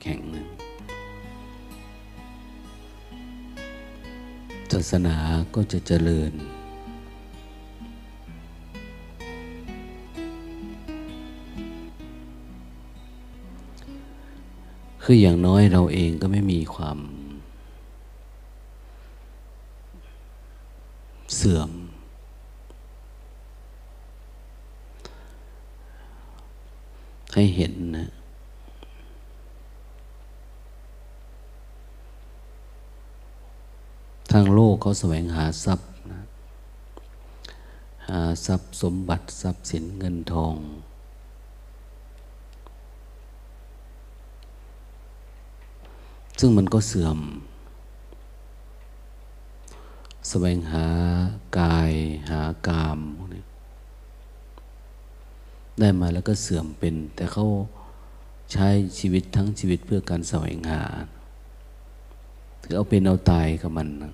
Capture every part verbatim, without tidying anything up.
แข็งนะศาสนาก็จะเจริญคืออย่างน้อยเราเองก็ไม่มีความเสื่อมให้เห็นนะทางโลกเขาแสวงหาทรัพย์นะหาทรัพย์สมบัติทรัพย์สินเงินทองซึ่งมันก็เสื่อมแสวงหากายหากามพวกนี้ได้มาแล้วก็เสื่อมเป็นแต่เขาใช้ชีวิตทั้งชีวิตเพื่อการแสวงหาถือเอาเป็นเอาตายกับมันนะ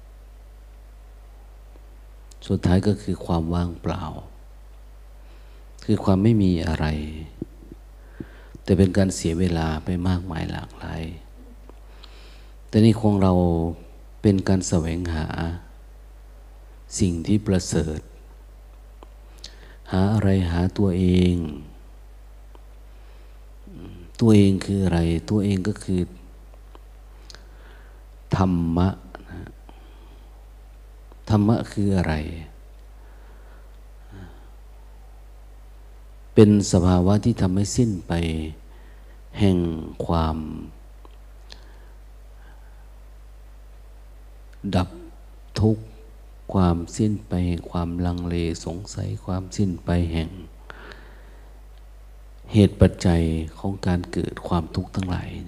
สุดท้ายก็คือความว่างเปล่าคือความไม่มีอะไรแต่เป็นการเสียเวลาไปมากมายหลากหลายแต่นี่ของเราเป็นการแสวงหาสิ่งที่ประเสริฐหาอะไรหาตัวเองตัวเองคืออะไรตัวเองก็คือธรรมะธรรมะคืออะไรเป็นสภาวะที่ทำให้สิ้นไปแห่งความดับทุกข์ความสิ้นไปแห่งความลังเลสงสัยความสิ้นไปแห่งเหตุปัจจัยของการเกิดความทุกข์ทั้งหลาย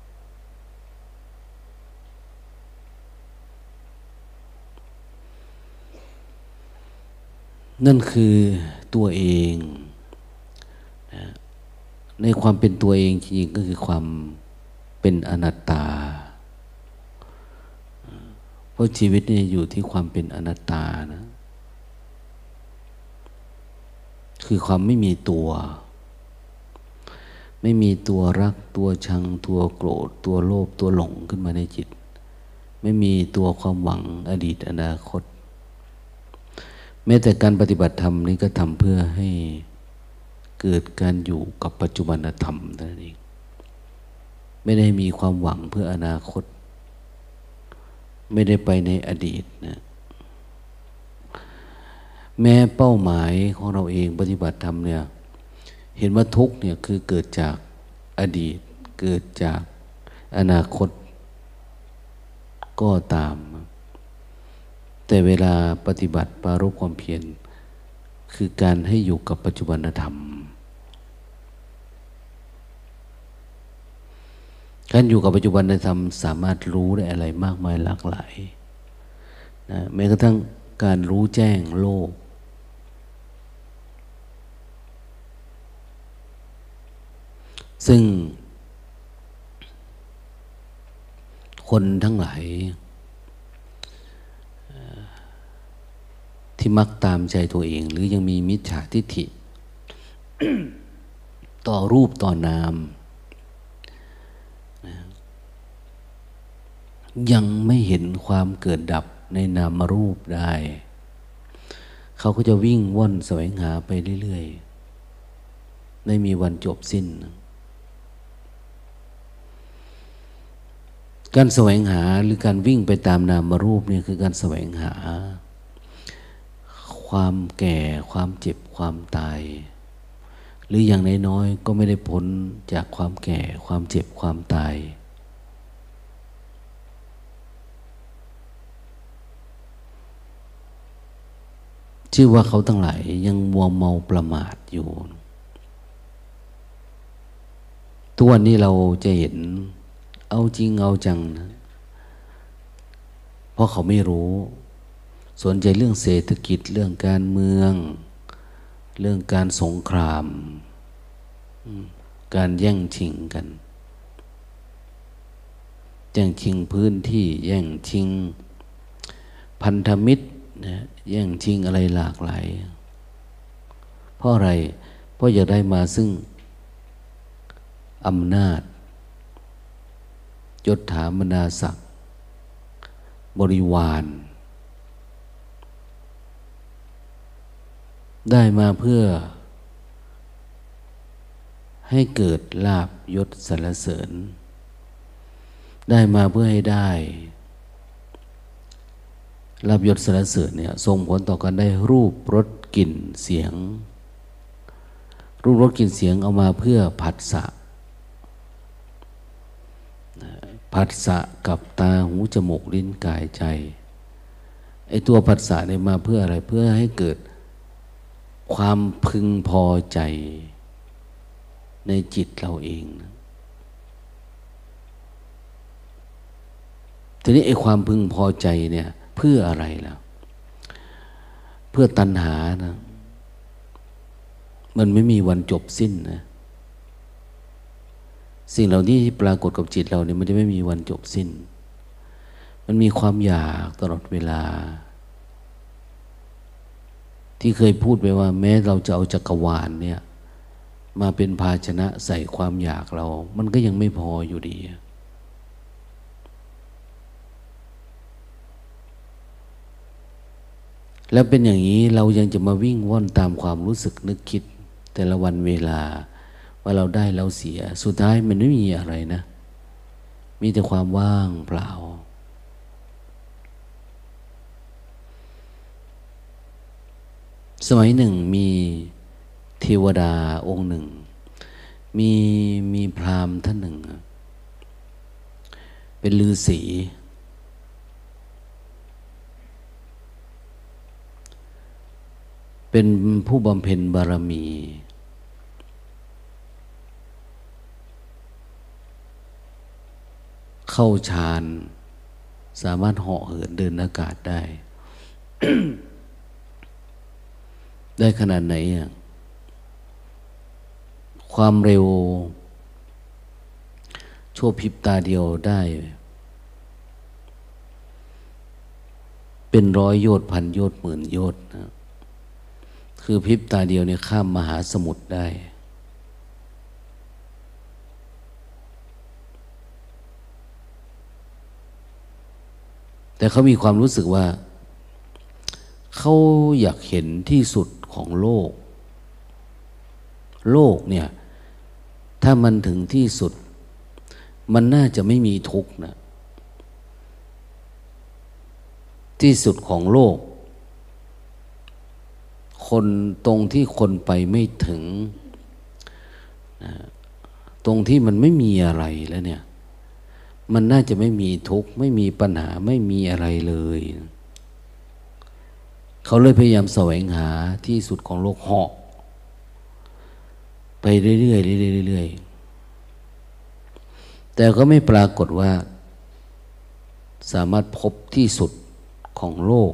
นั่นคือตัวเองนะในความเป็นตัวเองจริงๆก็คือความเป็นอนัตตาเพราะชีวิตนี่อยู่ที่ความเป็นอนัตตานะคือความไม่มีตัวไม่มีตัวรักตัวชังตัวโกรธตัวโลภตัวหลงขึ้นมาในจิตไม่มีตัวความหวังอดีตอนาคตแม้แต่การปฏิบัติธรรมนี้ก็ทำเพื่อให้เกิดการอยู่กับปัจจุบันธรรมนั่นเองไม่ได้มีความหวังเพื่ออนาคตไม่ได้ไปในอดีตนะแม้เป้าหมายของเราเองปฏิบัติธรรมเนี่ยเห็นว่าทุกข์เนี่ยคือเกิดจากอดีตเกิดจากอนาคตก็ตามแต่เวลาปฏิบัติปรารภความเพียรคือการให้อยู่กับปัจจุบันธรรมการอยู่กับปัจจุบันธรรมสามารถรู้ได้อะไรมากมายหลากหลายนะแม้กระทั่งการรู้แจ้งโลกซึ่งคนทั้งหลายที่มักตามใจตัวเองหรือยังมีมิจฉาทิฏฐิ ต่อรูปต่อนามนะยังไม่เห็นความเกิดดับในนามรูปได้เขาก็จะวิ่งว่อนแสวงหาไปเรื่อยๆไม่มีวันจบสิ้นการแสวงหาหรือการวิ่งไปตามนามรูปนี่คือการแสวงหาความแก่ความเจ็บความตายหรืออย่างน้อยๆก็ไม่ได้พ้นจากความแก่ความเจ็บความตายชื่อว่าเขาทั้งหลายยังมัวเมาประมาทอยู่ทุกวันนี้เราจะเห็นเอาจริงเอาจังนะเพราะเขาไม่รู้สนใจเรื่องเศรษฐกิจเรื่องการเมืองเรื่องการสงครามการแย่งชิงกันแย่งชิงพื้นที่แย่งชิงพันธมิตรนะแย่งชิงอะไรหลากหลายเพราะอะไรเพราะอยากได้มาซึ่งอำนาจยศถาบรรดาศักดิ์บริวารได้มาเพื่อให้เกิดลาภยศสรรเสริญได้มาเพื่อให้ได้ลาภยศสรรเสริญเนี่ยส่งผลต่อการได้รูปรสกลิ่นเสียงรูปรสกลิ่นเสียงเอามาเพื่อผัสสะผัสสะกับตาหูจมูกลิ้นกายใจไอ้ตัวผัสสะเนี่ยมาเพื่ออะไรเพื่อให้เกิดความพึงพอใจในจิตเราเองนะทีนี้ไอ้ความพึงพอใจเนี่ยเพื่ออะไรล่ะเพื่อตัณหานะมันไม่มีวันจบสิ้นนะสิ่งเหล่านี้ที่ปรากฏกับจิตเราเนี่ยมันจะไม่มีวันจบสิ้นมันมีความอยากตลอดเวลาที่เคยพูดไปว่าแม้เราจะเอาจักรวาลเนี่ยมาเป็นภาชนะใส่ความอยากเรามันก็ยังไม่พออยู่ดีแล้วเป็นอย่างนี้เรายังจะมาวิ่งว่อนตามความรู้สึกนึกคิดแต่ละวันเวลาว่าเราได้เราเสียสุดท้ายมันไม่มีอะไรนะมีแต่ความว่างเปล่าสมัยหนึ่งมีเทวดาองค์หนึ่งมีมีพราหมณ์ท่านหนึ่งเป็นฤาษีเป็นผู้บำเพ็ญบารมีเข้าฌานสามารถเหาะเหินเดินอากาศได้ ได้ขนาดไหนอ่ะความเร็วชั่วพริบตาเดียวได้เป็นร้อยโยชน์พันโยชน์หมื่นโยชน์นะคือพริบตาเดียวเนี่ยข้ามมหาสมุทรได้แต่เขามีความรู้สึกว่าเขาอยากเห็นที่สุดของโลกโลกเนี่ยถ้ามันถึงที่สุดมันน่าจะไม่มีทุกข์นะที่สุดของโลกคนตรงที่คนไปไม่ถึงนะตรงที่มันไม่มีอะไรแล้วเนี่ยมันน่าจะไม่มีทุกข์ไม่มีปัญหาไม่มีอะไรเลยเขาเลยพยายามแสวงหาที่สุดของโลกเหาะไปเรื่อยๆเรื่อยๆเรื่อยๆแต่ก็ไม่ปรากฏว่าสามารถพบที่สุดของโลก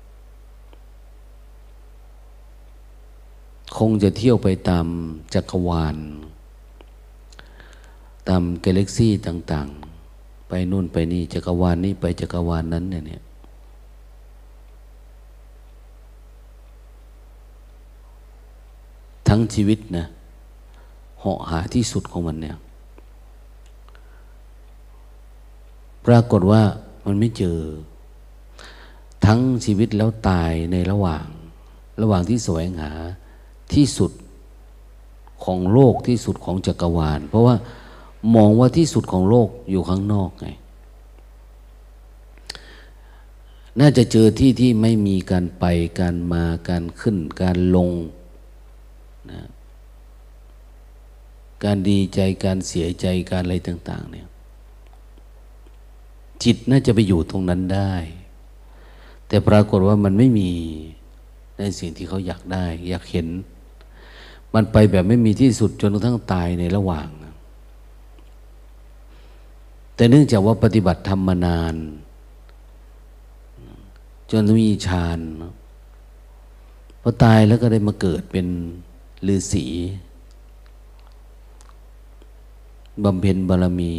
คงจะเที่ยวไปตามจักรวาลตามกาแล็กซี่ต่างๆไปนู่นไปนี่จักรวาลนี้ไปจักรวาลนั้นเนี่ยทั้งชีวิตนะเหาะหาที่สุดของมันเนี่ยปรากฏว่ามันไม่เจอทั้งชีวิตแล้วตายในระหว่างระหว่างที่แสวงหาที่สุดของโลกที่สุดของจักรวาลเพราะว่ามองว่าที่สุดของโลกอยู่ข้างนอกไงน่าจะเจอที่ที่ไม่มีการไปการมาการขึ้นการลงนะการดีใจการเสียใจการอะไรต่างๆเนี่ยจิตน่าจะไปอยู่ตรงนั้นได้แต่ปรากฏว่ามันไม่มีในสิ่งที่เขาอยากได้อยากเห็นมันไปแบบไม่มีที่สุดจนกระทั่งตายในระหว่างแต่เนื่องจากว่าปฏิบัติธรรมมานานจนมีฌานพอตายแล้วก็ได้มาเกิดเป็นฤาษีบำเพ็ญบารมี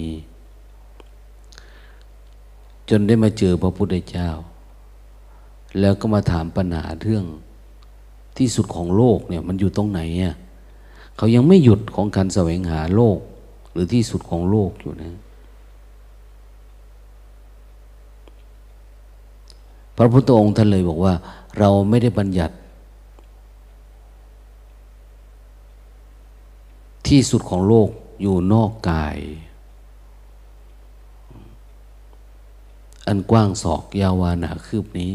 จนได้มาเจอพระพุทธเจ้าแล้วก็มาถามปัญหาเรื่องที่สุดของโลกเนี่ยมันอยู่ตรงไหนอ่ะเขายังไม่หยุดของการแสวงหาโลกหรือที่สุดของโลกอยู่นะพระพุทธองค์ท่านเลยบอกว่าเราไม่ได้บัญญัติที่สุดของโลกอยู่นอกกายอันกว้างศอกยาววานาคืบนี้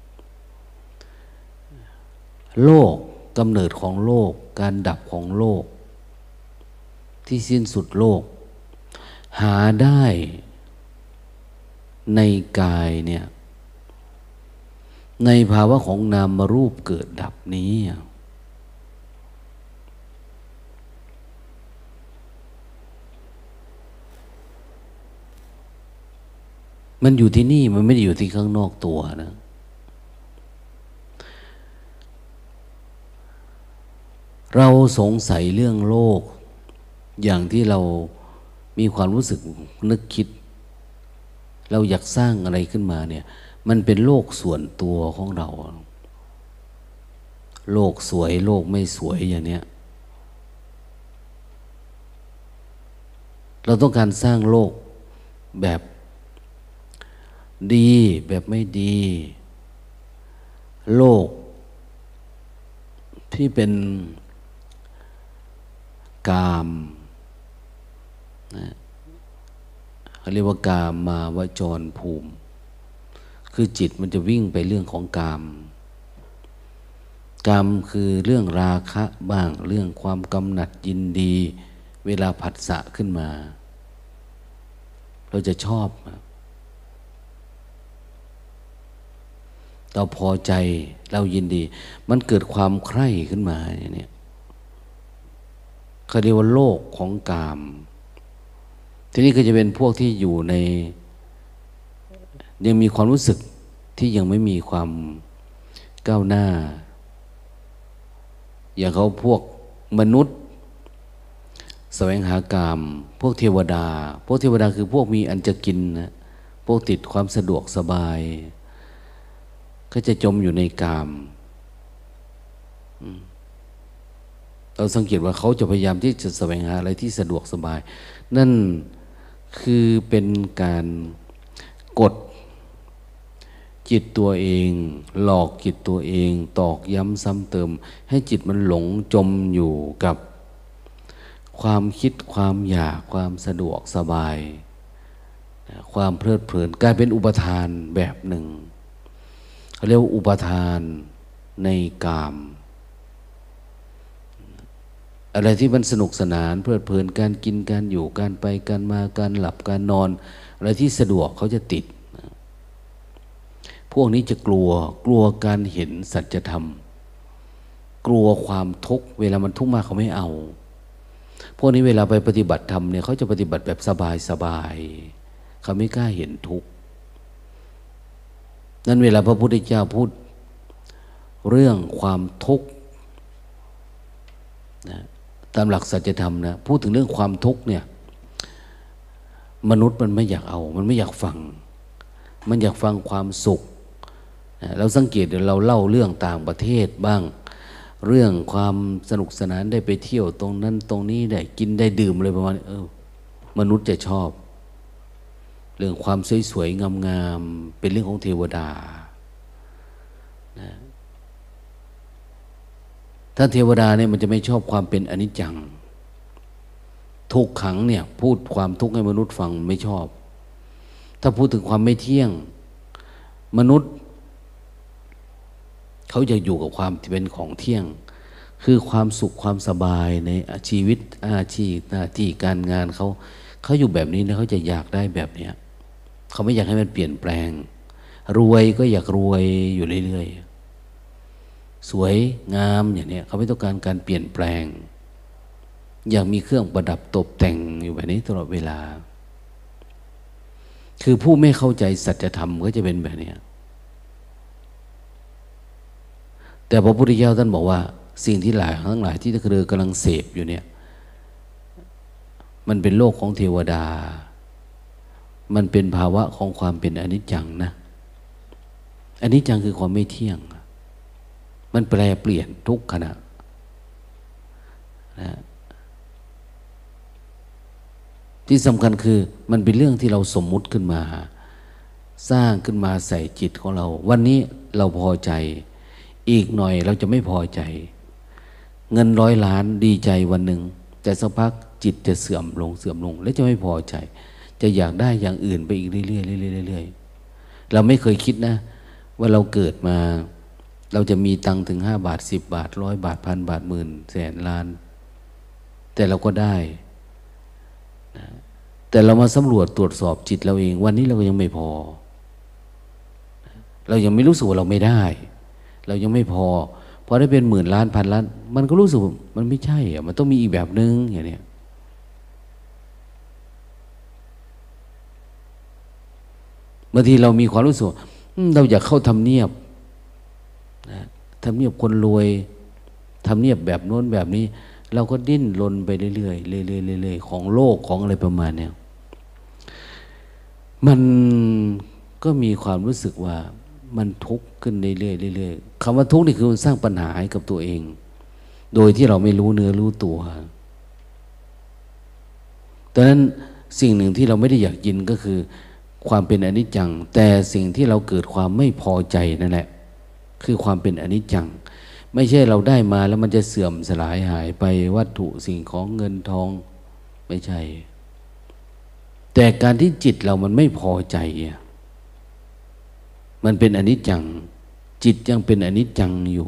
โลกกำเนิดของโลกการดับของโลกที่สิ้นสุดโลกหาได้ในกายเนี่ยในภาวะของนามรูปเกิดดับนี้มันอยู่ที่นี่มันไม่ได้อยู่ที่ข้างนอกตัวนะเราสงสัยเรื่องโลกอย่างที่เรามีความรู้สึกนึกคิดเราอยากสร้างอะไรขึ้นมาเนี่ยมันเป็นโลกส่วนตัวของเราโลกสวยโลกไม่สวยอย่างเนี้ยเราต้องการสร้างโลกแบบดีแบบไม่ดีโลกที่เป็นกามนะเขาเรียกว่ากามมาวจรภูมิคือจิตมันจะวิ่งไปเรื่องของกามกามคือเรื่องราคะบ้างเรื่องความกำหนัดยินดีเวลาผัสสะขึ้นมาเราจะชอบเราพอใจเรายินดีมันเกิดความใคร่ขึ้นมาอย่างนี้เขาเรียกว่าโลกของกามทีนี้ก็จะเป็นพวกที่อยู่ในยังมีความรู้สึกที่ยังไม่มีความก้าวหน้าอย่างเขาพวกมนุษย์แสวงหากามพวกเทวดาพวกเทวดาคือพวกมีอันจะกินนะพวกติดความสะดวกสบายก็จะจมอยู่ในกามเราสังเกตว่าเขาจะพยายามที่จะแสวงหาอะไรที่สะดวกสบายนั่นคือเป็นการกดจิตตัวเองหลอกจิตตัวเองตอกย้ำซ้ำเติมให้จิตมันหลงจมอยู่กับความคิดความอยากความสะดวกสบายความเพลิดเพลินกลายเป็นอุปทานแบบหนึ่งเขาเรียกว่าอุปทานในกามอะไรที่มันสนุกสนานเพลิดเพลินการกินการอยู่การไปการมาการหลับการนอนอะไรที่สะดวกเขาจะติดพวกนี้จะกลัวกลัวการเห็นสัจธรรมกลัวความทุกข์เวลามันทุกข์มากเขาไม่เอาพวกนี้เวลาไปปฏิบัติธรรมเนี่ยเขาจะปฏิบัติแบบสบายๆเขาไม่กล้าเห็นทุกข์นั้นเวลาพระพุทธเจ้าพูดเรื่องความทุกข์นะตามหลักสัจธรรมนะพูดถึงเรื่องความทุกข์เนี่ยมนุษย์มันไม่อยากเอามันไม่อยากฟังมันอยากฟังความสุขนะเราสังเกตเดี๋ยวเราเล่าเรื่องต่างประเทศบ้างเรื่องความสนุกสนานได้ไปเที่ยวตรงนั้นตรงนี้ได้กินได้ดื่มอะไรประมาณนี้เออมนุษย์จะชอบเรื่องความสวยๆงามๆเป็นเรื่องของเทวดานะถ้าเทวดาเนี่ยมันจะไม่ชอบความเป็นอนิจจังทุกขังเนี่ยพูดความทุกข์ให้มนุษย์ฟังไม่ชอบถ้าพูดถึงความไม่เที่ยงมนุษย์เขาจะอยู่กับความที่เป็นของเที่ยงคือความสุขความสบายในชีวิตอาชีพหน้าที่การงานเขาเขาอยู่แบบนี้นะเขาจะอยากได้แบบเนี้ยเขาไม่อยากให้มันเปลี่ยนแปลงรวยก็อยากรวยอยู่เรื่อยๆสวยงามอย่างนี้เขาไม่ต้องการการเปลี่ยนแปลงอยากมีเครื่องประดับตกแต่งอยู่แบบนี้ตลอดเวลาคือผู้ไม่เข้าใจสัจธรรมก็จะเป็นแบบนี้แต่พระพุทธเจ้าท่านบอกว่าสิ่งที่หลายทั้งหลายที่เธอกำลังเสพอยู่เนี่ยมันเป็นโลกของเทวดามันเป็นภาวะของความเป็นอนิจจังนะอนิจจังคือความไม่เที่ยงมันแปรเปลี่ยนทุกขณะนะที่สำคัญคือมันเป็นเรื่องที่เราสมมุติขึ้นมาสร้างขึ้นมาใส่จิตของเราวันนี้เราพอใจอีกหน่อยเราจะไม่พอใจเงินร้อยล้านดีใจวันหนึ่งแต่สักพักจิตจะเสื่อมลงเสื่อมลงและจะไม่พอใจจะอยากได้อย่างอื่นไปอีกเรื่อยๆเรื่อยๆเรื่อยๆเราไม่เคยคิดนะว่าเราเกิดมาเราจะมีตังค์ถึงห้าบาทสิบบาทร้อยบาทพันบาทหมื่นแสนล้านแต่เราก็ได้นะแต่เรามาสำรวจตรวจสอบจิตเราเองวันนี้เราก็ยังไม่พอเรายังไม่รู้สึกว่าเราไม่ได้เรายังไม่พอพอได้เป็นหมื่นล้านพันล้านมันก็รู้สึกมันไม่ใช่อะมันต้องมีอีกแบบนึงอย่างนี้บางทีเรามีความรู้สึกเราอยากเข้าทำเนียบนะทำเนียบคนรวยทำเนียบแบบโน้นแบบนี้เราก็ดิ้นรนไปเรื่อยๆเรื่อยๆเรื่อยๆของโลกของอะไรประมาณเนี้ยมันก็มีความรู้สึกว่ามันทุกข์ขึ้นเรื่อยๆเรื่อยๆคำว่าทุกข์นี่คือมันสร้างปัญหาให้กับตัวเองโดยที่เราไม่รู้เนื้อรู้ตัวดังนั้นสิ่งหนึ่งที่เราไม่ได้อยากยินก็คือความเป็นอนิจจังแต่สิ่งที่เราเกิดความไม่พอใจนั่นแหละคือความเป็นอนิจจังไม่ใช่เราได้มาแล้วมันจะเสื่อมสลายหายไปวัตถุสิ่งของเงินทองไม่ใช่แต่การที่จิตเรามันไม่พอใจมันเป็นอนิจจังจิตยังเป็นอนิจจังอยู่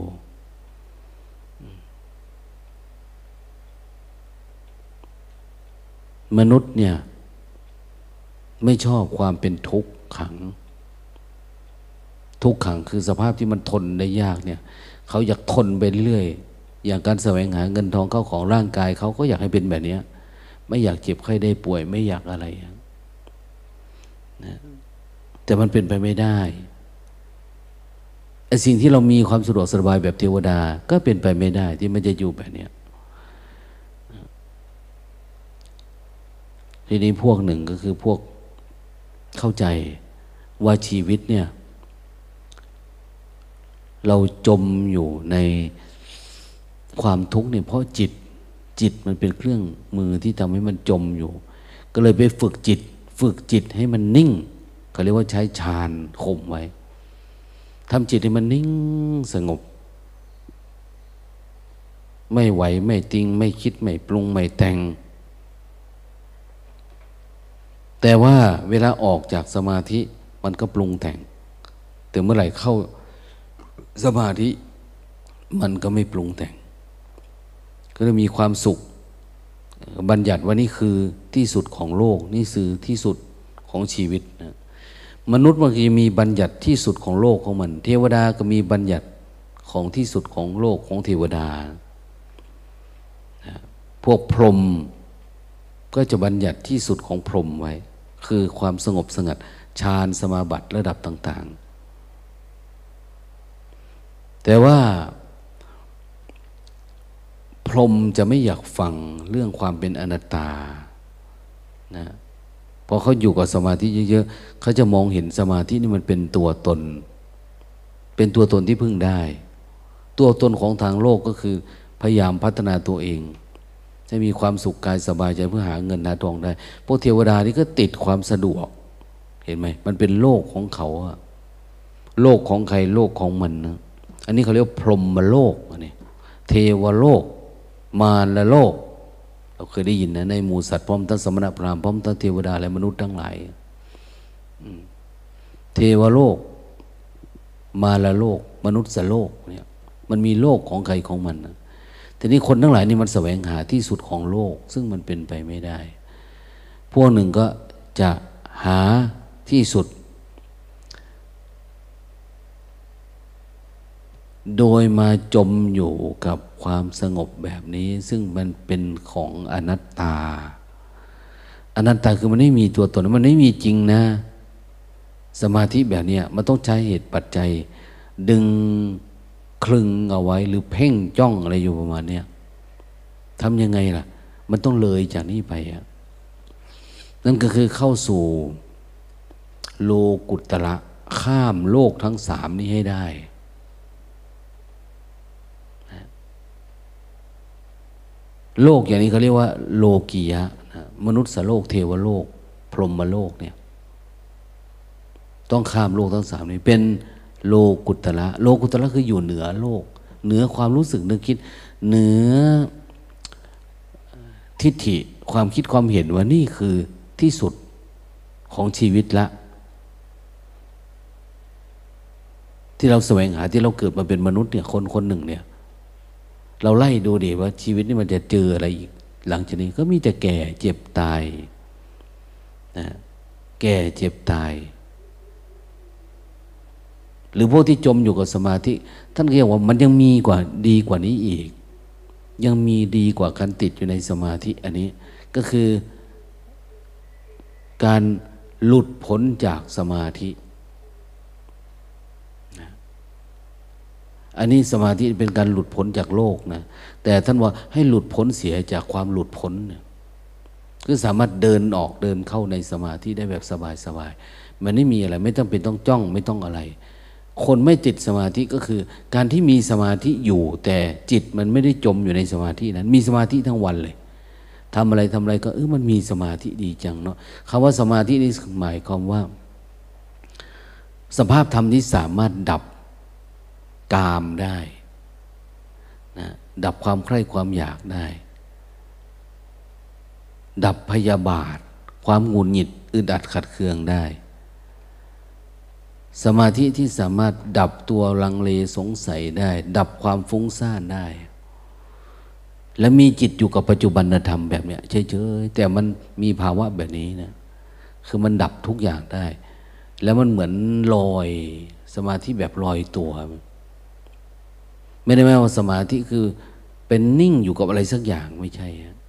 มนุษย์เนี่ยไม่ชอบความเป็นทุกข์ขังทุกข์ขังคือสภาพที่มันทนได้ยากเนี่ยเขาอยากทนไปเรื่อยอย่างการแสวงหาเงินทองเข้าของร่างกายเขาก็อยากให้เป็นแบบนี้ไม่อยากเจ็บไข้ได้ป่วยไม่อยากอะไรนะแต่มันเป็นไปไม่ได้ไอ้สิ่งที่เรามีความสะดวกสบายแบบเทวดาก็เป็นไปไม่ได้ที่มันจะอยู่แบบนี้ทีนี้พวกหนึ่งก็คือพวกเข้าใจว่าชีวิตเนี่ยเราจมอยู่ในความทุกข์เนี่ยเพราะจิตจิตมันเป็นเครื่องมือที่ทำให้มันจมอยู่ก็เลยไปฝึกจิตฝึกจิตให้มันนิ่งเขาเรียกว่าใช้ฌานข่มไว้ทำจิตให้มันนิ่งสงบไม่ไหวไม่ติงไม่คิดไม่ปรุงไม่แต่งแต่ว่าเวลาออกจากสมาธิมันก็ปรุงแต่งแต่เมื่อไหร่เข้าสมาธิมันก็ไม่ปรุงแต่งก็จะมีความสุขบัญญัติว่านี่คือที่สุดของโลกนี่คือที่สุดของชีวิตนะมนุษย์บางทีมีบัญญัติที่สุดของโลกของมันเทวดาก็มีบัญญัติของที่สุดของโลกของเทวดาพวกพรหมก็จะบัญญัติที่สุดของพรหมไว้คือความสงบสงัดฌานสมาบัติระดับต่างๆแต่ว่าพรหมจะไม่อยากฟังเรื่องความเป็นอนัตตานะพอเขาอยู่กับสมาธิเยอะๆเขาจะมองเห็นสมาธินี่มันเป็นตัวตนเป็นตัวตนที่พึ่งได้ตัวตนของทางโลกก็คือพยายามพัฒนาตัวเองให้มีความสุขกายสบายใจเพื่อหาเงินหาทองได้พวกเทวดานี่ก็ติดความสะดวกเห็นไหมมันเป็นโลกของเขาอะโลกของใครโลกของมันนะอันนี้เขาเรียกพรหมโลกอันนี้เทวโลกมารโลกเราเคยได้ยินนะในหมู่สัตว์พร้อมทั้งสมณพราหมณ์พร้อมทั้งเทวดาและมนุษย์ทั้งหลายเทวโลกมารโลกมนุษย์โลกเนี่ยมันมีโลกของใครของมันนะทีนี้คนทั้งหลายนี่มันแสวงหาที่สุดของโลกซึ่งมันเป็นไปไม่ได้พวกหนึ่งก็จะหาที่สุดโดยมาจมอยู่กับความสงบแบบนี้ซึ่งมันเป็นของอนัตตาอนัตตาคือมันไม่มีตัวตนมันไม่มีจริงนะสมาธิแบบนี้มันต้องใช้เหตุปัจจัยดึงคลึงเอาไว้หรือเพ่งจ้องอะไรอยู่ประมาณนี้ทำยังไงล่ะมันต้องเลยจากนี้ไปอ่ะนั่นก็คือเข้าสู่โลกุตระข้ามโลกทั้งสามนี้ให้ได้โลกอย่างนี้เขาเรียกว่าโลกียะนะมนุษย์โลกเทวโลกพรหมโลกเนี่ยต้องข้ามโลกทั้งสามนี้เป็นโลกุตระโลกุตระคืออยู่เหนือโลกเหนือความรู้สึกนึกคิดเหนือทิฏฐิความคิดความเห็นว่านี่คือที่สุดของชีวิตละที่เราแสวงหาที่เราเกิดมาเป็นมนุษย์เนี่ยคนคนหนึ่งเนี่ยเราไล่ดูดิว่าชีวิตนี่มันจะเจออะไรอีกหลังจากนี้ก็มีแต่แก่เจ็บตายนะแก่เจ็บตายหรือพวกที่จมอยู่กับสมาธิท่านเรียกว่ามันยังมีกว่าดีกว่านี้อีกยังมีดีกว่าการติดอยู่ในสมาธิอันนี้ก็คือการหลุดพ้นจากสมาธินะอันนี้สมาธิเป็นการหลุดพ้นจากโลกนะแต่ท่านว่าให้หลุดพ้นเสียจากความหลุดพ้นเนี่ยคือสามารถเดินออกเดินเข้าในสมาธิได้แบบสบายๆมันไม่มีอะไรไม่ต้องเป็นต้องจ้องไม่ต้องอะไรคนไม่ติดสมาธิก็คือการที่มีสมาธิอยู่แต่จิตมันไม่ได้จมอยู่ในสมาธินั้นมีสมาธิทั้งวันเลยทำอะไรทำอะไรก็เออมันมีสมาธิดีจังเนาะคำว่าสมาธินี่หมายความว่าสภาพธรรมที่สามารถดับกามได้นะดับความใคร่ความอยากได้ดับพยาบาทความหงุดหงิดอึดอัดขัดเคืองได้สมาธิที่สามารถดับตัวลังเลสงสัยได้ดับความฟุ้งซ่านได้และมีจิตอยู่กับปัจจุบันธรรมแบบเนี้ยเฉยๆแต่มันมีภาวะแบบนี้นะคือมันดับทุกอย่างได้ แล้วมันเหมือนลอยสมาธิแบบลอยตัวไม่ได้แม้ว่าสมาธิคือเป็นนิ่งอยู่กับอะไรสักอย่างไม่ใช่ฮะ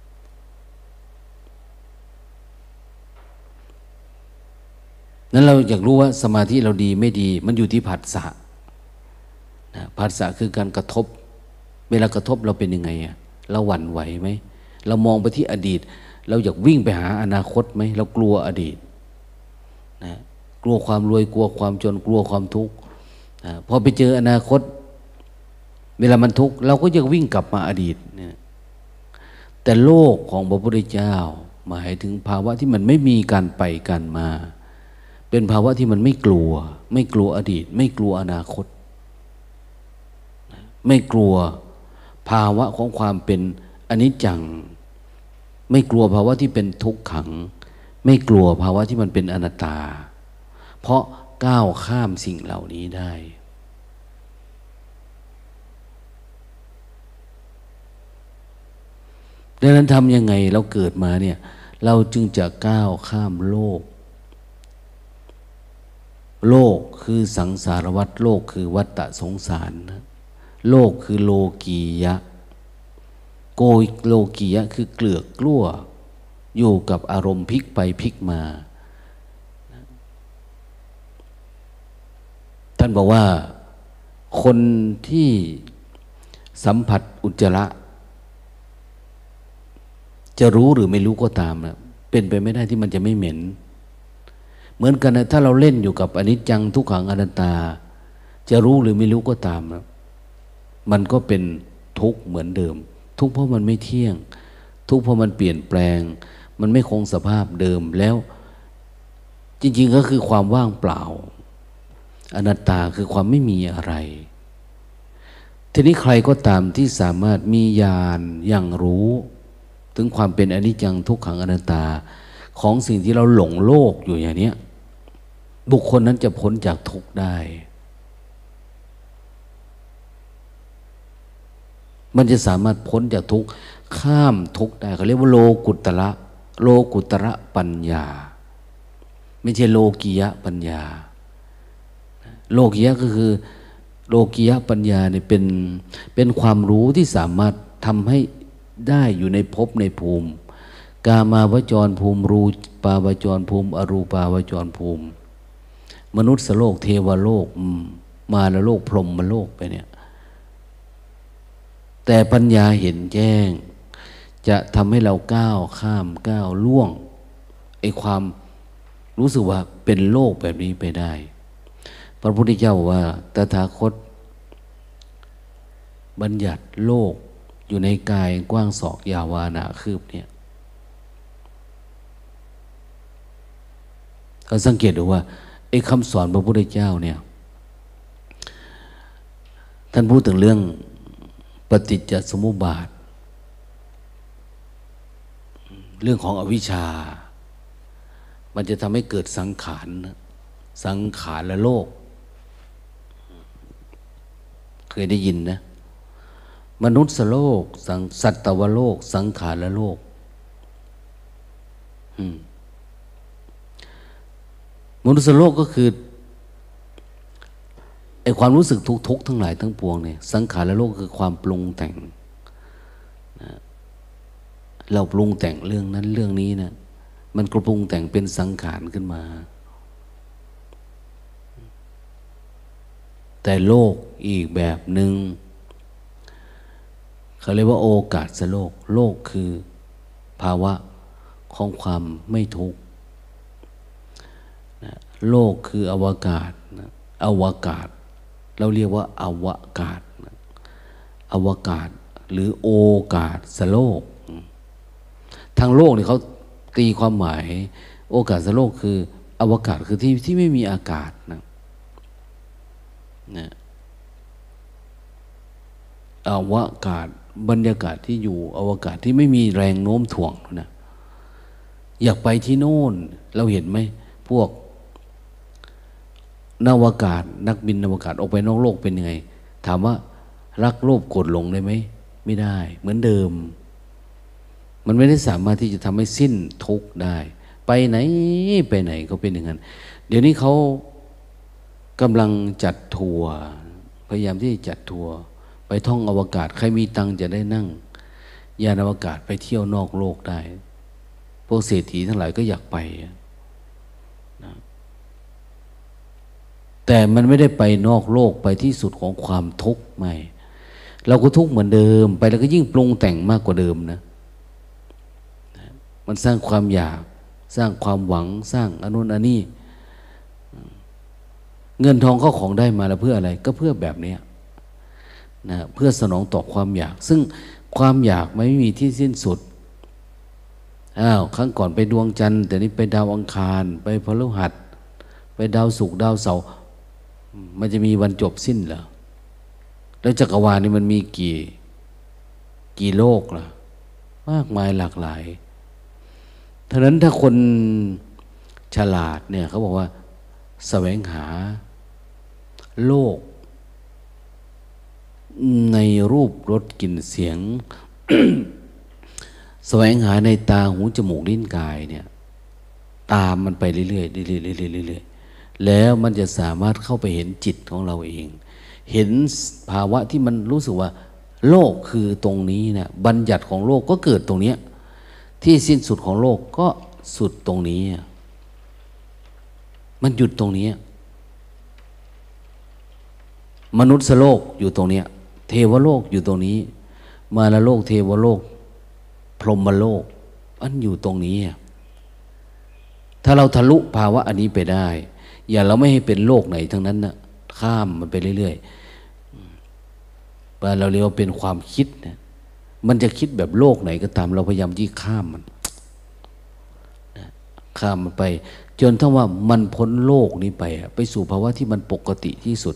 นั้นเราอยากรู้ว่าสมาธิเราดีไม่ดีมันอยู่ที่ผัสสะนะผัสสะคือการกระทบเวลากระทบเราเป็นยังไงอะเราหวั่นไหวไหมเรามองไปที่อดีตเราอยากวิ่งไปหาอนาคตไหมเรากลัวอดีตนะกลัวความรวยกลัวความจนกลัวความทุกข์นะพอไปเจออนาคตเวลามันทุกข์เราก็ยังวิ่งกลับมาอดีตเนี่ยแต่โลกของพระพุทธเจ้าหมายถึงภาวะที่มันไม่มีการไปกันมาเป็นภาวะที่มันไม่กลัวไม่กลัวอดีตไม่กลัวอนาคตไม่กลัวภาวะของความเป็นอนิจจังไม่กลัวภาวะที่เป็นทุกขังไม่กลัวภาวะที่มันเป็นอนัตตาเพราะก้าวข้ามสิ่งเหล่านี้ได้ดังนั้นทำยังไงเราเกิดมาเนี่ยเราจึงจะก้าวข้ามโลกโลกคือสังสารวัฏโลกคือวัฏฏะสงสารนะโลกคือโลกียะโกยโลกียะคือเกลือกกลั้วอยู่กับอารมณ์พลิกไปพลิกมาท่านบอกว่าคนที่สัมผัสอุจจาระจะรู้หรือไม่รู้ก็ตามนะเป็นไปไม่ได้ที่มันจะไม่เหม็นเหมือนกันนะถ้าเราเล่นอยู่กับอนิจจังทุกขังอนัตตาจะรู้หรือไม่รู้ก็ตามนะมันก็เป็นทุกข์เหมือนเดิมทุกข์เพราะมันไม่เที่ยงทุกข์เพราะมันเปลี่ยนแปลงมันไม่คงสภาพเดิมแล้วจริงๆก็คือความว่างเปล่าอนัตตาคือความไม่มีอะไรทีนี้ใครก็ตามที่สามารถมีญาณอย่างรู้ถึงความเป็นอนิจจังทุกขังอนัตตาของสิ่งที่เราหลงโลกอยู่อย่างนี้บุคคลนั้นจะพ้นจากทุกข์ได้มันจะสามารถพ้นจากทุกข์ข้ามทุกข์ได้เขาเรียกว่าโลกุตระโลกุตระปัญญาไม่ใช่โลกียะปัญญาโลกียะก็คือโลกียะปัญญาเนี่ยเป็นเป็นความรู้ที่สามารถทำให้ได้อยู่ในภพในภูมิกามาวจรภูมิรูปาวจรภูมิอรูปาวจรภูมิมนุษย์โลกเทวโลกมาลโลกพรหมโลกไปเนี่ยแต่ปัญญาเห็นแจ้งจะทำให้เราก้าวข้ามก้าวล่วงไอ้ความรู้สึกว่าเป็นโลกแบบนี้ไปได้พระพุทธเจ้าว่าตถาคตบัญญัติโลกอยู่ในกายกว้างศอกยาววานาคืบเนี่ยเราสังเกตดูว่าไอ้คำสอนพระพุทธเจ้าเนี่ยท่านพูดถึงเรื่องปฏิจจสมุปบาทเรื่องของอวิชชามันจะทำให้เกิดสังขารสังขารและโลกเคยได้ยินนะมนุษย์โลกสังสัตวโลกสังขารและโลกมนุษย์โลกก็คือไอความรู้สึกทุกข์ทั้งหลายทั้งปวงเนี่ยสังขารและโลกคือความปรุงแต่งนะเราปรุงแต่งเรื่องนั้นเรื่องนี้นะมันก็ปรุงแต่งเป็นสังขารขึ้นมาแต่โลกอีกแบบหนึ่งเขาเรียกว่าโอกาสโลกโลกคือภาวะของความไม่ทุกข์นะโลกคืออวกาศนะอวกาศเราเรียกว่าอวกาศนะอวกาศหรือโอกาสโลกทางโลกเนี่ยเขาตีความหมายโอกาสโลกคืออวกาศคือที่ที่ไม่มีอากาศนะนะอวกาศบรรยากาศที่อยู่อวกาศที่ไม่มีแรงโน้มถ่วงนะอยากไปที่โน่นเราเห็นไหมพวกนาวากาศนักบินอวกาศออกไปนอกโลกเป็นยังไงถามว่ารักโลภโกรธหลงได้ไหมไม่ได้เหมือนเดิมมันไม่ได้สามารถที่จะทำให้สิ้นทุกข์ได้ไปไหนไปไหนก็เป็นอย่างนั้นเดี๋ยวนี้เขากำลังจัดทัวร์พยายามที่จะจัดทัวร์ไปท่องอวกาศใครมีตังค์จะได้นั่งยานอวกาศไปเที่ยวนอกโลกได้พวกเศรษฐีทั้งหลายก็อยากไปนะแต่มันไม่ได้ไปนอกโลกไปที่สุดของความทุกข์ไม่เราก็ทุกข์เหมือนเดิมไปแล้วก็ยิ่งปรุงแต่งมากกว่าเดิมนะมันสร้างความอยากสร้างความหวังสร้างอนุนอันนี้เงินทองเข้าของได้มาแล้วเพื่ออะไรก็เพื่อแบบนี้นะเพื่อสนองต่อความอยากซึ่งความอยากไม่มีที่สิ้นสุดอ้าวครั้งก่อนไปดวงจันทร์แต่นี้ไปดาวอังคารไปพฤหัสไปดาวศุกร์ดาวเสาร์มันจะมีวันจบสิ้นเหรอแล้วจักรวาลนี่มันมีกี่กี่โลกล่ะมากมายหลากหลายฉะนั้นถ้าคนฉลาดเนี่ยเขาบอกว่าแสวงหาโลกในรูปรสกลิ่นเสียง แสวงหาในตาหูจมูกลิ้นกายเนี่ยตามมันไปเรื่อยๆเรื่อยๆเรื่อยๆแล้วมันจะสามารถเข้าไปเห็นจิตของเราเองเห็นภาวะที่มันรู้สึกว่าโลกคือตรงนี้นะบัญญัติของโลกก็เกิดตรงเนี้ยที่สิ้นสุดของโลกก็สุดตรงนี้มันหยุดตรงนี้มนุษย์โลกอยู่ตรงนี้เทวโลกอยู่ตรงนี้มารโลกเทวโลกพรหมโลกอันอยู่ตรงนี้ถ้าเราทะลุภาวะอันนี้ไปได้อย่าเราไม่ให้เป็นโลกไหนทั้งนั้นนะข้ามมันไปเรื่อยๆเราเรียกว่าเป็นความคิดนะมันจะคิดแบบโลกไหนก็ตามเราพยายามที่ข้ามมันข้ามมันไปจนถ้าว่ามันพ้นโลกนี้ไปไปสู่ภาวะที่มันปกติที่สุด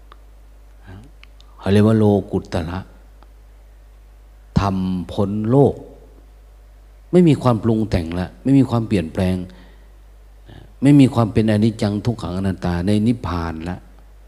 เขาเรียกว่าโลกุตตระทำพ้นโลกไม่มีความปรุงแต่งละไม่มีความเปลี่ยนแปลงไม่มีความเป็นอนิจจังทุกขังอนัตตาในนิพพานละ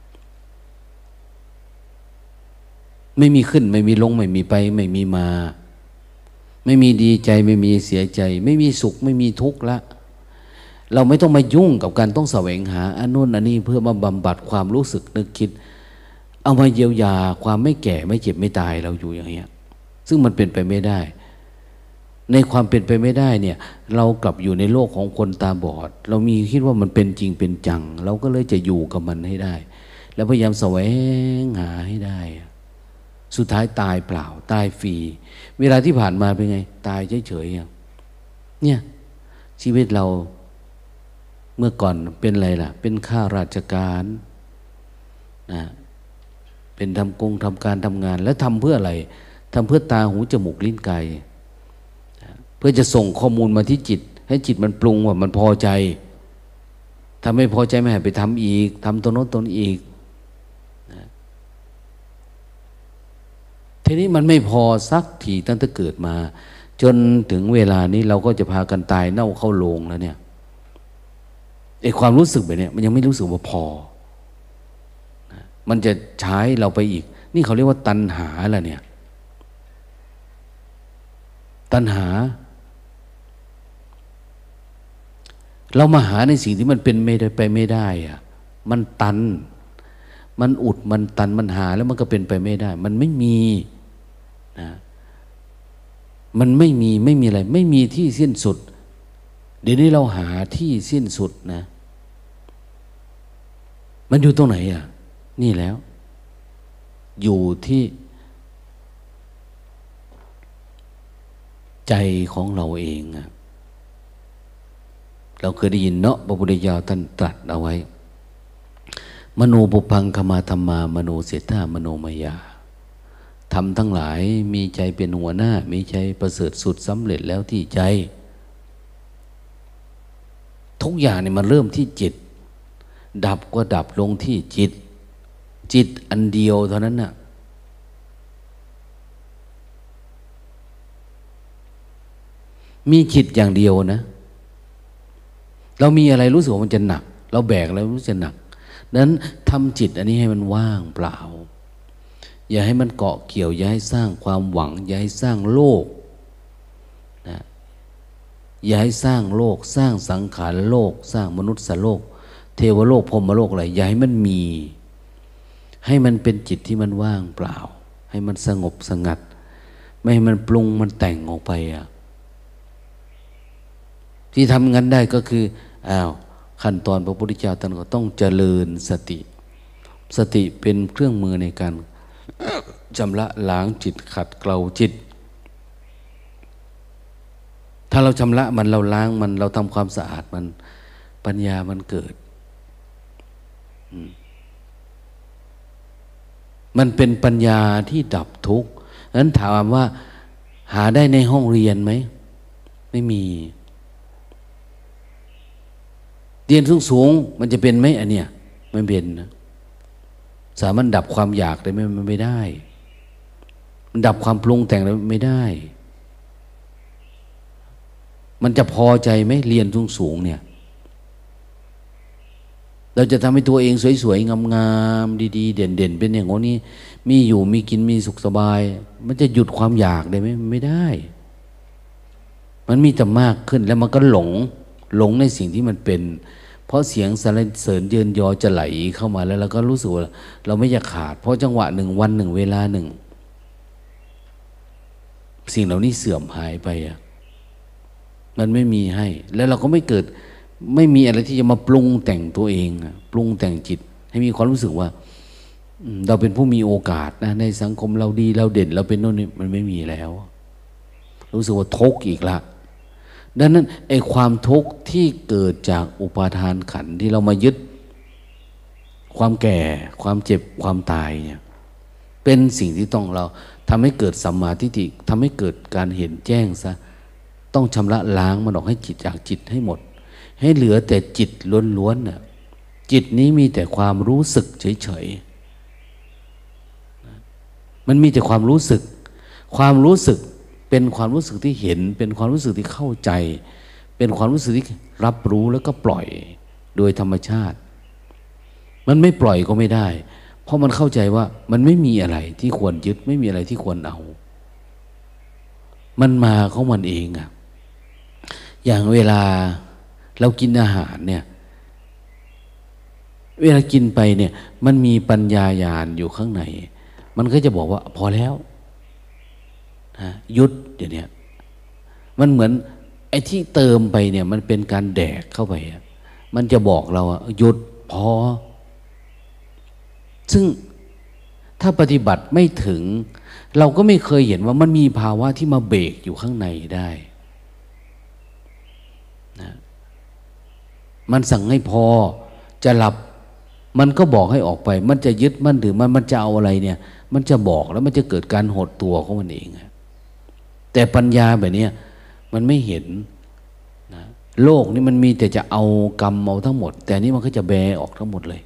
ไม่มีขึ้นไม่มีลงไม่มีไปไม่มีมาไม่มีดีใจไม่มีเสียใจไม่มีสุขไม่มีทุกข์ละเราไม่ต้องมายุ่งกับการต้องแสวงหาอันนู้นอันนี้เพื่อมาบำบัดความรู้สึกนึกคิดเอามาเยียวยาความไม่แก่ไม่เจ็บไม่ตายเราอยู่อย่างเงี้ยซึ่งมันเป็นไปไม่ได้ในความเป็นไปไม่ได้เนี่ยเรากลับอยู่ในโลกของคนตาบอดเรามีคิดว่ามันเป็นจริงเป็นจังเราก็เลยจะอยู่กับมันให้ได้แล้วพยายามแสวงหาให้ได้สุดท้ายตายเปล่าตายฟรีเวลาที่ผ่านมาเป็นไงตายเฉยๆเนี่ยชีวิตเราเมื่อก่อนเป็นอะไรล่ะเป็นข้าราชการนะเป็นทำกงทำการทำงานแล้วทำเพื่ออะไรทำเพื่อตาหูจมูกลิ้นกายเพื่อจะส่งข้อมูลมาที่จิตให้จิตมันปรุงว่ามันพอใจถ้าไม่พอใจไม่ให้ไปทำอีกทำตัวโน้นตัวนี้อีกนะทีนี้มันไม่พอสักทีตั้งแต่เกิดมาจนถึงเวลานี้เราก็จะพากันตายเน่าเข้าโลงแล้วเนี่ยไอ้ความรู้สึกแบบนี้มันยังไม่รู้สึกว่าพอนะมันจะใช้เราไปอีกนี่เขาเรียกว่าตัณหาแหละเนี่ยตัณหาเรามาหาในสิ่งที่มันเป็นไม่ได้ไปไม่ได้อะมันตันมันอุดมันตันมันหาแล้วมันก็เป็นไปไม่ได้ มันไม่มีนะมันไม่มีไม่มีอะไรไม่มีที่สิ้นสุดเดี๋ยวนี้เราหาที่สิ้นสุดนะมันอยู่ตรงไหนอ่ะนี่แล้วอยู่ที่ใจของเราเองอ่ะเราเคยได้ยินเนาะพระพุทธเจ้าท่านตรัสเอาไว้มโนปุพังคมาธรรมามโนเสถามโนมายาทำทั้งหลายมีใจเป็นหัวหน้ามีใจประเสริฐสุดสำเร็จแล้วที่ใจทุกอย่างเนี่ยมันเริ่มที่จิตดับก็ดับลงที่จิตจิตอันเดียวเท่านั้นน่ะมีจิตอย่างเดียวนะเรามีอะไรรู้สึกว่ามันจะหนักเราแบกแล้วรู้สึกหนักนั้นทำจิตอันนี้ให้มันว่างเปล่าอย่าให้มันเกาะเกี่ยวอย่าให้สร้างความหวังอย่าให้สร้างโลกนะอย่าให้สร้างโลกสร้างสังขารโลกสร้างมนุษย์โลกเทวโลกพรหมโลกอะไรอย่าให้มันมีให้มันเป็นจิตที่มันว่างเปล่าให้มันสงบสงัดไม่ให้มันปรุงมันแต่งออกไปอ่ะที่ทำงั้นได้ก็คืออ้าวขั้นตอนพระพุทธเจ้าท่านก็ต้องเจริญสติสติเป็นเครื่องมือในการชำระล้างจิตขัดเกลาจิตถ้าเราชำระมันเราล้างมันเราทำความสะอาดมันปัญญามันเกิดมันเป็นปัญญาที่ดับทุกข์นั้นถามว่าหาได้ในห้องเรียนไหมไม่มีเรียนสูงๆมันจะเป็นไหมอันเนี้ยไม่เป็นนะสามารถดับความอยากได้ไหมมันไม่ได้มันดับความปรุงแต่งได้ไม่ได้มันจะพอใจไหมเรียนสูงๆเนี่ยเราจะทำให้ตัวเองสวยๆงามๆดีๆเด่นๆเป็นอย่างนี้มีอยู่มีกินมีสุขสบายมันจะหยุดความอยากได้ไหมไม่ได้มันมีแต่มากขึ้นแล้วมันก็หลงหลงในสิ่งที่มันเป็นเพราะเสียงสรรเสริญเยินยอจะไหลเข้ามาแล้วเราก็รู้สึกว่าเราไม่อยากขาดเพราะจังหวะหนึ่งวันหนึ่งเวลาหนึ่งสิ่งเหล่านี้เสื่อมหายไปอ่ะมันไม่มีให้แล้วเราก็ไม่เกิดไม่มีอะไรที่จะมาปรุงแต่งตัวเองปรุงแต่งจิตให้มีความรู้สึกว่าเราเป็นผู้มีโอกาสนะในสังคมเราดีเราเด่นเราเป็นโน่นนี่มันไม่มีแล้วรู้สึกว่าทุกข์อีกละดังนั้นไอ้ความทุกข์ที่เกิดจากอุปาทานขันธ์ที่เรามายึดความแก่ความเจ็บความตายเนี่ยเป็นสิ่งที่ต้องเราทำให้เกิดสัมมาทิฏฐิทำให้เกิดการเห็นแจ้งซะต้องชำระล้างมันออกให้จิตจากจิตให้หมดให้เหลือแต่จิตล้วนๆน่ะจิตนี้มีแต่ความรู้สึกเฉยๆมันมีแต่ความรู้สึกความรู้สึกเป็นความรู้สึกที่เห็นเป็นความรู้สึกที่เข้าใจเป็นความรู้สึกที่รับรู้แล้วก็ปล่อยโดยธรรมชาติมันไม่ปล่อยก็ไม่ได้เพราะมันเข้าใจว่ามันไม่มีอะไรที่ควรยึดไม่มีอะไรที่ควรเอามันมาของมันเองอะอย่างเวลาเรากินอาหารเนี่ยเวลากินไปเนี่ยมันมีปัญญาญาณอยู่ข้างในมันก็จะบอกว่าพอแล้วนะหยุดเดี๋ยวนี้มันเหมือนไอ้ที่เติมไปเนี่ยมันเป็นการแดกเข้าไปมันจะบอกเราว่าหยุดพอซึ่งถ้าปฏิบัติไม่ถึงเราก็ไม่เคยเห็นว่ามันมีภาวะที่มาเบรกอยู่ข้างในได้นะมันสั่งให้พอจะหลับมันก็บอกให้ออกไปมันจะยึดมั่นถือมันมันจะเอาอะไรเนี่ยมันจะบอกแล้วมันจะเกิดการหดตัวของมันเองแต่ปัญญาแบบนี้มันไม่เห็นนะโลกนี่มันมีแต่จะเอากรรมเอาทั้งหมดแต่นี่มันก็จะแบออกทั้งหมดเลย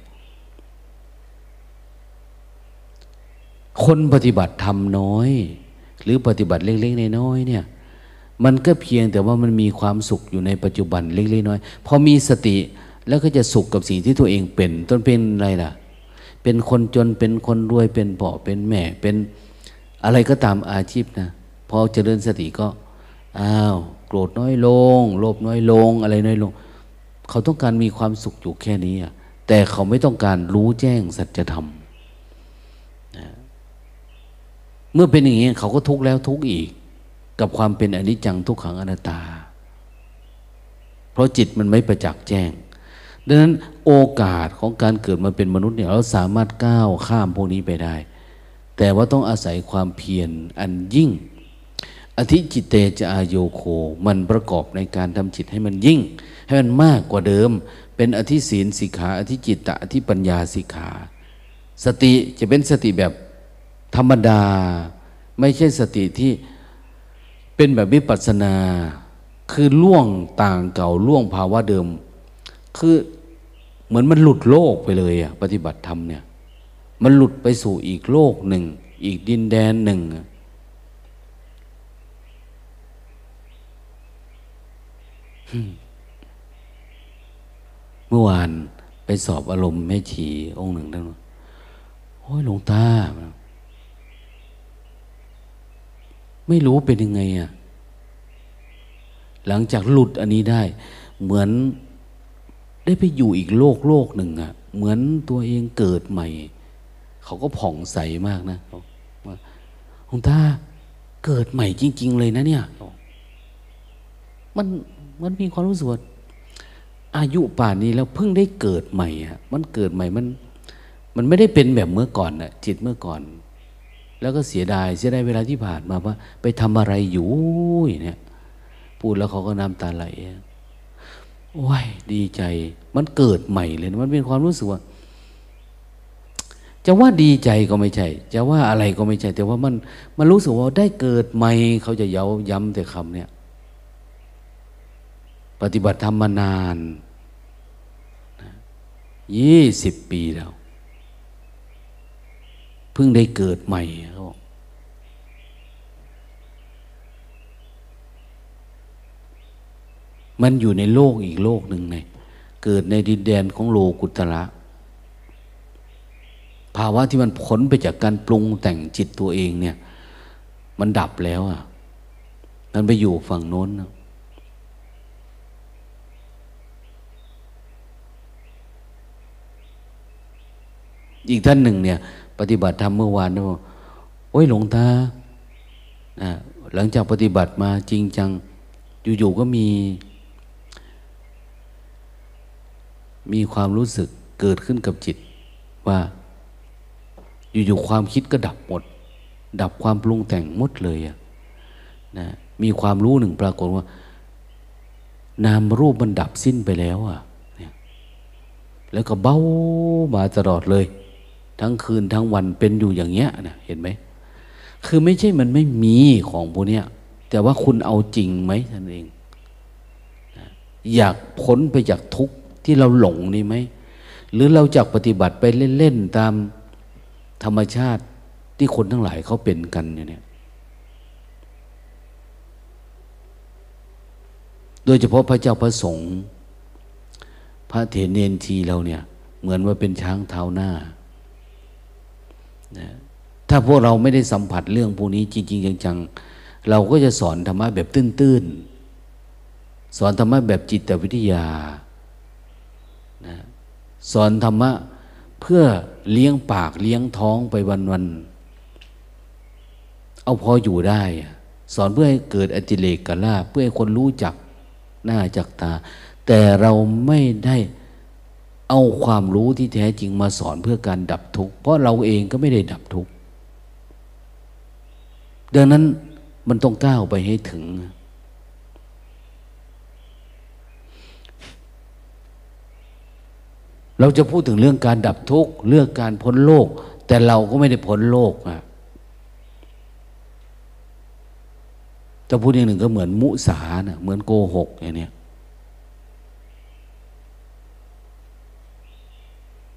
คนปฏิบัติธรรมน้อยหรือปฏิบัติเล็กๆน้อยๆเนี่ยมันก็เพียงแต่ว่ามันมีความสุขอยู่ในปัจจุบันเล็กๆน้อยพอมีสติแล้วก็จะสุขกับสิ่งที่ตัวเองเป็นต้นเป็นอะไรล่ะเป็นคนจนเป็นคนรวยเป็นพ่อเป็นแม่เป็นอะไรก็ตามอาชีพนะพอเจริญสติก็อ้าวโกรธน้อยลงโลภน้อยลงอะไรน้อยลงเขาต้องการมีความสุขอยู่แค่นี้แต่เขาไม่ต้องการรู้แจ้งสัจธรรมนะเมื่อเป็นอย่างนี้เขาก็ทุกข์แล้วทุกข์อีกกับความเป็นอนิจจังทุกขังอนัตตาเพราะจิตมันไม่ประจักษ์แจ้งดังนั้นโอกาสของการเกิดมาเป็นมนุษย์เนี่ยเราสามารถก้าวข้ามพวกนี้ไปได้แต่ว่าต้องอาศัยความเพียรอันยิ่งอธิจิตเตจะอโยโคมันประกอบในการทำจิตให้มันยิ่งให้มันมากกว่าเดิมเป็นอธิศีลสิกขาอธิจิตตะอธิปัญญาสิกขาสติจะเป็นสติแบบธรรมดาไม่ใช่สติที่เป็นแบบวิปัสสนาคือล่วงต่างเก่าล่วงภาวะเดิมคือเหมือนมันหลุดโลกไปเลยอะปฏิบัติธรรมเนี่ยมันหลุดไปสู่อีกโลกหนึ่งอีกดินแดนหนึ่งเมื่อวานไปสอบอารมณ์แม่ชีองค์หนึ่งท่านว่าโอ้ยหลวงตาไม่รู้เป็นยังไงอะหลังจากหลุดอันนี้ได้เหมือนได้ไปอยู่อีกโลกโลกหนึ่งอะเหมือนตัวเองเกิดใหม่เขาก็ผ่องใสมากนะว่าหลวงตาเกิดใหม่จริงๆเลยนะเนี่ยมันมันมีความรู้สึกว่าอายุป่านนี้แล้วเพิ่งได้เกิดใหม่อะมันเกิดใหม่มันมันไม่ได้เป็นแบบเมื่อก่อนอะจิตเมื่อก่อนแล้วก็เสียดายเสียดายเวลาที่ผ่านมาว่าไปทำอะไรอยู่เนี่ยพูดแล้วเขาก็น้ำตาไหลโอ้ยดีใจมันเกิดใหม่เลยนะมันเป็นความรู้สึกว่าจะว่าดีใจก็ไม่ใช่จะว่าอะไรก็ไม่ใช่แต่ว่ามันมันรู้สึกว่าได้เกิดใหม่เขาจะเย้าย้ำแต่คำเนี่ยปฏิบัติธรรมมานานยี่สิบปีแล้วเพิ่งได้เกิดใหม่เขาบอกมันอยู่ในโลกอีกโลกหนึ่งไงเกิดในดินแดนของโลกุตระภาวะที่มันพ้นไปจากการปรุงแต่งจิตตัวเองเนี่ยมันดับแล้วอ่ะมันไปอยู่ฝั่งโน้นนะอีกท่านหนึ่งเนี่ยปฏิบัติธรรมเมื่อวานนะบอกโอ้ยหลวงตานะหลังจากปฏิบัติมาจริงจังอยู่ๆก็มีมีความรู้สึกเกิดขึ้นกับจิตว่าอยู่ๆความคิดก็ดับหมดดับความปรุงแต่งหมดเลยอะนะมีความรู้หนึ่งปรากฏว่านามรูปมันดับสิ้นไปแล้วอะเนี่ยแล้วก็เบ้ามาตลอดเลยทั้งคืนทั้งวันเป็นอยู่อย่างเงี้ยนะเห็นไหมคือไม่ใช่มันไม่มีของพวกเนี้ยแต่ว่าคุณเอาจริงไหมท่านเองนะอยากพ้นไปจากทุกข์ที่เราหลงนี่ไหมหรือเราจะปฏิบัติไปเล่นๆตามธรรมชาติที่คนทั้งหลายเขาเป็นกันเนี่ยโดยเฉพาะพระเจ้าพระสงฆ์พระเถรเนนทีเราเนี่ยเหมือนว่าเป็นช้างเท้าหน้านะถ้าพวกเราไม่ได้สัมผัสเรื่องพวกนี้จริงๆจังๆเราก็จะสอนธรรมะแบบตื้นๆสอนธรรมะแบบจิตวิทยานะสอนธรรมะเพื่อเลี้ยงปากเลี้ยงท้องไปวันๆเอาพออยู่ได้สอนเพื่อให้เกิดอติเรกลาภเพื่อให้คนรู้จักหน้าจักตาแต่เราไม่ได้เอาความรู้ที่แท้จริงมาสอนเพื่อการดับทุกข์เพราะเราเองก็ไม่ได้ดับทุกข์ดังนั้นมันต้องก้าวไปให้ถึงเราจะพูดถึงเรื่องการดับทุกข์เรื่องการพ้นโลกแต่เราก็ไม่ได้พ้นโลกอ่ะจะพูดอย่างหนึ่งก็เหมือนมุสานะเหมือนโกหกอย่างเนี้ย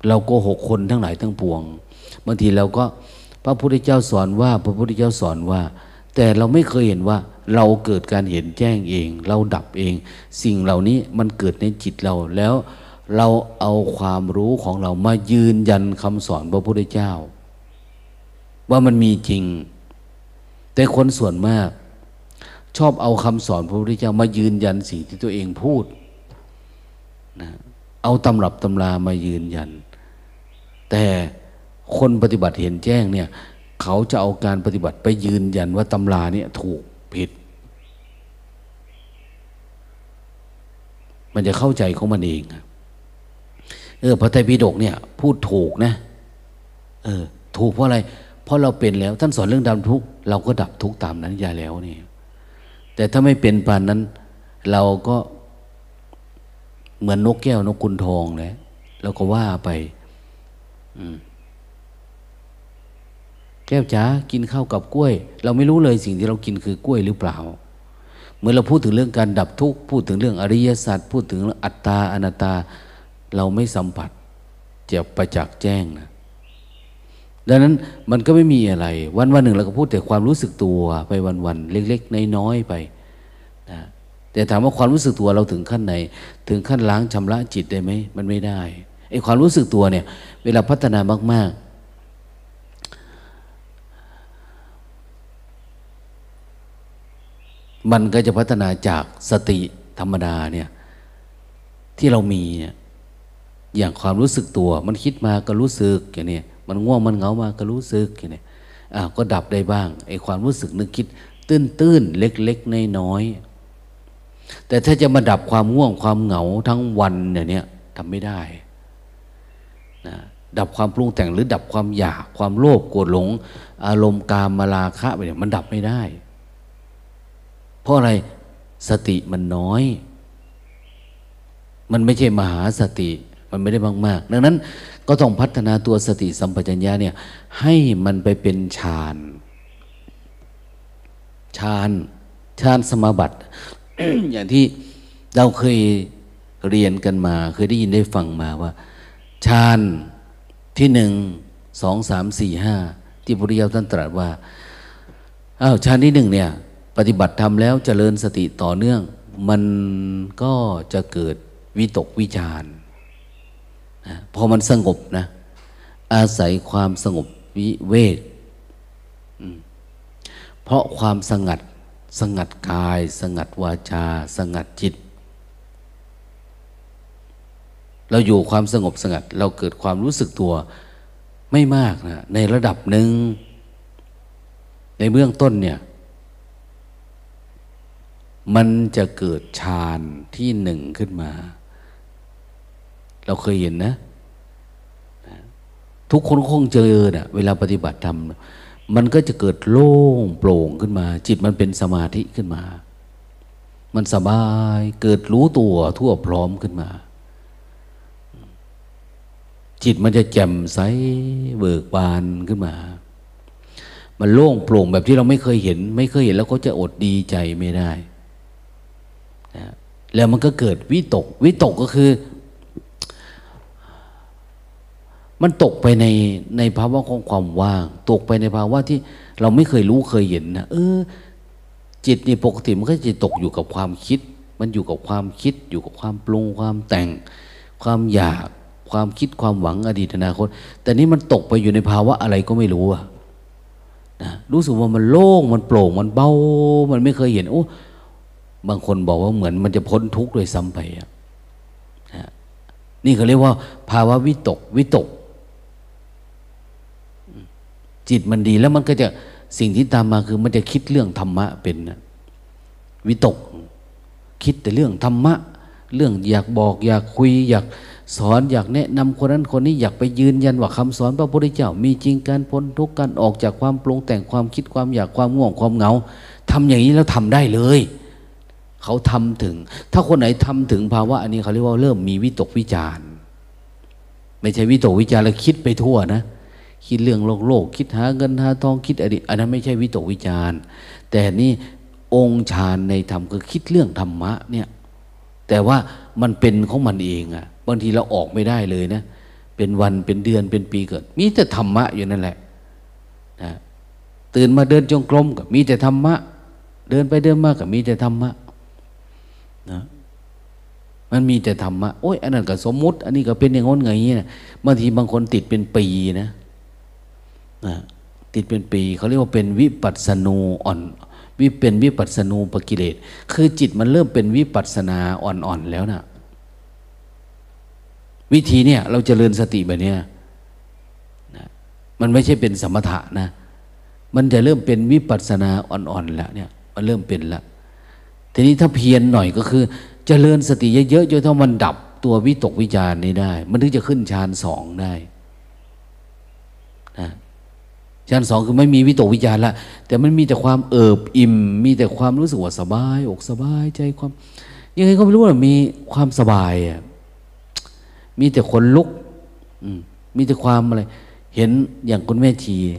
เราโกหกคนทั้งหลายทั้งปวงบางทีเราก็พระพุทธเจ้าสอนว่าพระพุทธเจ้าสอนว่าแต่เราไม่เคยเห็นว่าเราเกิดการเห็นแจ้งเองเราดับเองสิ่งเหล่านี้มันเกิดในจิตเราแล้วเราเอาความรู้ของเรามายืนยันคำสอนพระพุทธเจ้าว่ามันมีจริงแต่คนส่วนมากชอบเอาคำสอนพระพุทธเจ้ามายืนยันสิ่งที่ตัวเองพูดนะเอาตำรับตำรามายืนยันแต่คนปฏิบัติเห็นแจ้งเนี่ยเขาจะเอาการปฏิบัติไปยืนยันว่าตำราเนี่ยถูกผิดมันจะเข้าใจของมันเองเออพระไตรปิฎกเนี่ยพูดถูกนะเออถูกเพราะอะไรเพราะเราเป็นแล้วท่านสอนเรื่องดับทุกข์เราก็ดับทุกข์ตามนั้นอย่าแล้วนี่แต่ถ้าไม่เป็นปานนั้นเราก็เหมือนนกแก้วนกขุนทองแหละเราก็ว่าไปอืมแก้วจ๋ากินข้าวกับกล้วยเราไม่รู้เลยสิ่งที่เรากินคือกล้วยหรือเปล่าเมื่อเราพูดถึงเรื่องการดับทุกข์พูดถึงเรื่องอริยสัจพูดถึงเรื่องอัตตาอนัตตาเราไม่สัมผัสจะประจักษ์แจ้งนะดังนั้นมันก็ไม่มีอะไรวันวันหนึ่งเราก็พูดแต่ความรู้สึกตัวไปวันวันเล็กๆน้อยๆไปนะแต่ถามว่าความรู้สึกตัวเราถึงขั้นไหนถึงขั้นล้างชำระจิตได้ไหมมันไม่ได้ไอ้ความรู้สึกตัวเนี่ยเวลาพัฒนามากๆมันก็จะพัฒนาจากสติธรรมดาเนี่ยที่เรามีเนี่ยอย่างความรู้สึกตัวมันคิดมาก็รู้สึกอย่างนี้มันง่วงมันเหงามาก็รู้สึกอย่างนี้อ้าวก็ดับได้บ้างไอ้ความรู้สึกนึกคิดตื้นๆเล็กๆน้อยๆแต่ถ้าจะมาดับความง่วงความเหงาทั้งวันอย่างนี้ทำไม่ได้นะดับความปรุงแต่งหรือดับความอยากความโลภโกรธหลงอารมณ์กามมาราคะไปเนี่ยมันดับไม่ได้เพราะอะไรสติมันน้อยมันไม่ใช่มหาสติมันไม่ได้มากๆดังนั้นก็ต้องพัฒนาตัวสติสัมปชัญญะเนี่ยให้มันไปเป็นฌานฌานฌานสมาบัติ อย่างที่เราเคยเรียนกันมาเคยได้ยินได้ฟังมาว่าฌานที่หนึ่งสองสามสี่ห้าที่พระพุทธเจ้าท่านตรัสว่าอ้าวฌานที่หนึ่งเนี่ยปฏิบัติธรรมแล้วเจริญสติต่อเนื่องมันก็จะเกิดวิตกวิจารนะพอมันสงบนะอาศัยความสงบวิเวกเพราะความสงัดสงัดกายสงัดวาจาสงัดจิตเราอยู่ความสงบสงัดเราเกิดความรู้สึกตัวไม่มากนะในระดับหนึ่งในเบื้องต้นเนี่ยมันจะเกิดฌานที่หนึ่งขึ้นมาเราเคยเห็นนะทุกคนคงเจอนะเวลาปฏิบัติธรรมมันก็จะเกิดโล่งโปร่งขึ้นมาจิตมันเป็นสมาธิขึ้นมามันสบายเกิดรู้ตัวทั่วพร้อมขึ้นมาจิตมันจะแจ่มใสเบิกบานขึ้นมามันโล่งโปร่งแบบที่เราไม่เคยเห็นไม่เคยเห็นแล้วก็จะอดดีใจไม่ได้นะแล้วมันก็เกิดวิตกวิตกก็คือมันตกไปในในภาวะของความว่างตกไปในภาวะที่เราไม่เคยรู้เคยเห็นนะเออจิตนี่ปกติมันก็จะตกอยู่กับความคิดมันอยู่กับความคิดอยู่กับความปรุงความแต่งความอยากความคิดความหวังอดีตอนาคตแต่นี่มันตกไปอยู่ในภาวะอะไรก็ไม่รู้อะนะรู้สึกว่ามันโล่งมันโปร่งมันเบามันไม่เคยเห็นโอ้บางคนบอกว่าเหมือนมันจะพ้นทุกข์โดยซ้ำไปอะนะนี่เขาเรียกว่าภาวะวิตกวิตกจิตมันดีแล้วมันก็จะสิ่งที่ตามมาคือมันจะคิดเรื่องธรรมะเป็นนะวิตกคิดแต่เรื่องธรรมะเรื่องอยากบอกอยากคุยอยากสอนอยากแนะนำคนนั้นคนนี้อยากไปยืนยันว่าคำสอนพระพุทธเจ้ามีจริงการพ้นทุกข์การออกจากความปรุงแต่งความคิดความอยากความง่วงความเหงาทำอย่างนี้แล้วทำได้เลยเขาทำถึงถ้าคนไหนทำถึงภาวะอันนี้เขาเรียกว่าเริ่มมีวิตกวิจารณ์ไม่ใช่วิตกวิจารณ์แล้วคิดไปทั่วนะคิดเรื่องโลกโลกคิดหาเงินหาทองคิดอดีตอันนั้นไม่ใช่วิตกวิจารณ์แต่นี่องค์ฌานในธรรมคือคิดเรื่องธรรมะเนี่ยแต่ว่ามันเป็นของมันเองอะบางทีเราออกไม่ได้เลยนะเป็นวันเป็นเดือนเป็นปีเกิดมีแต่ธรรมะอยู่นั่นแหละนะตื่นมาเดินจงกรมก็มีแต่ธรรมะเดินไปเดินมาก็มีแต่ธรรมะนะมันมีแต่ธรรมะโอ้ยอันนั้นก็สมมุติอันนี้ก็เป็นอย่างง้นอย่างนี้นะบางทีบางคนติดเป็นปีนะนะติดเป็นปีเขาเรียกว่าเป็นวิปัสสนูอ่อนวิเป็นวิปัสสนูปกิเลสคือจิตมันเริ่มเป็นวิปัสสนาอ่อนๆแล้วนะวิธีเนี่ยเราจเจริญสติแบบนี้นะมันไม่ใช่เป็นสมถะนะมันจะเริ่มเป็นวิปัสสนาอ่อนๆแล้วเนี่ยมันเริ่มเป็นแล้วทีนี้ถ้าเพียรหน่อยก็คือจเจริญสติเยอะๆจนถ้ามันดับตัววิตกวิจารนี้ได้มันถึงจะขึ้นฌานสองได้นะฌานสองคือไม่มีวิตกวิจารละแต่มันมีแต่ความเอิบอิ่มมีแต่ความรู้สึกว่าสบายอกสบายใจความยังไงก็ไม่รู้ว่ามีความสบายอ่ะมีแต่คนลุกมีแต่ความอะไรเห็นอย่างคุณแม่ชี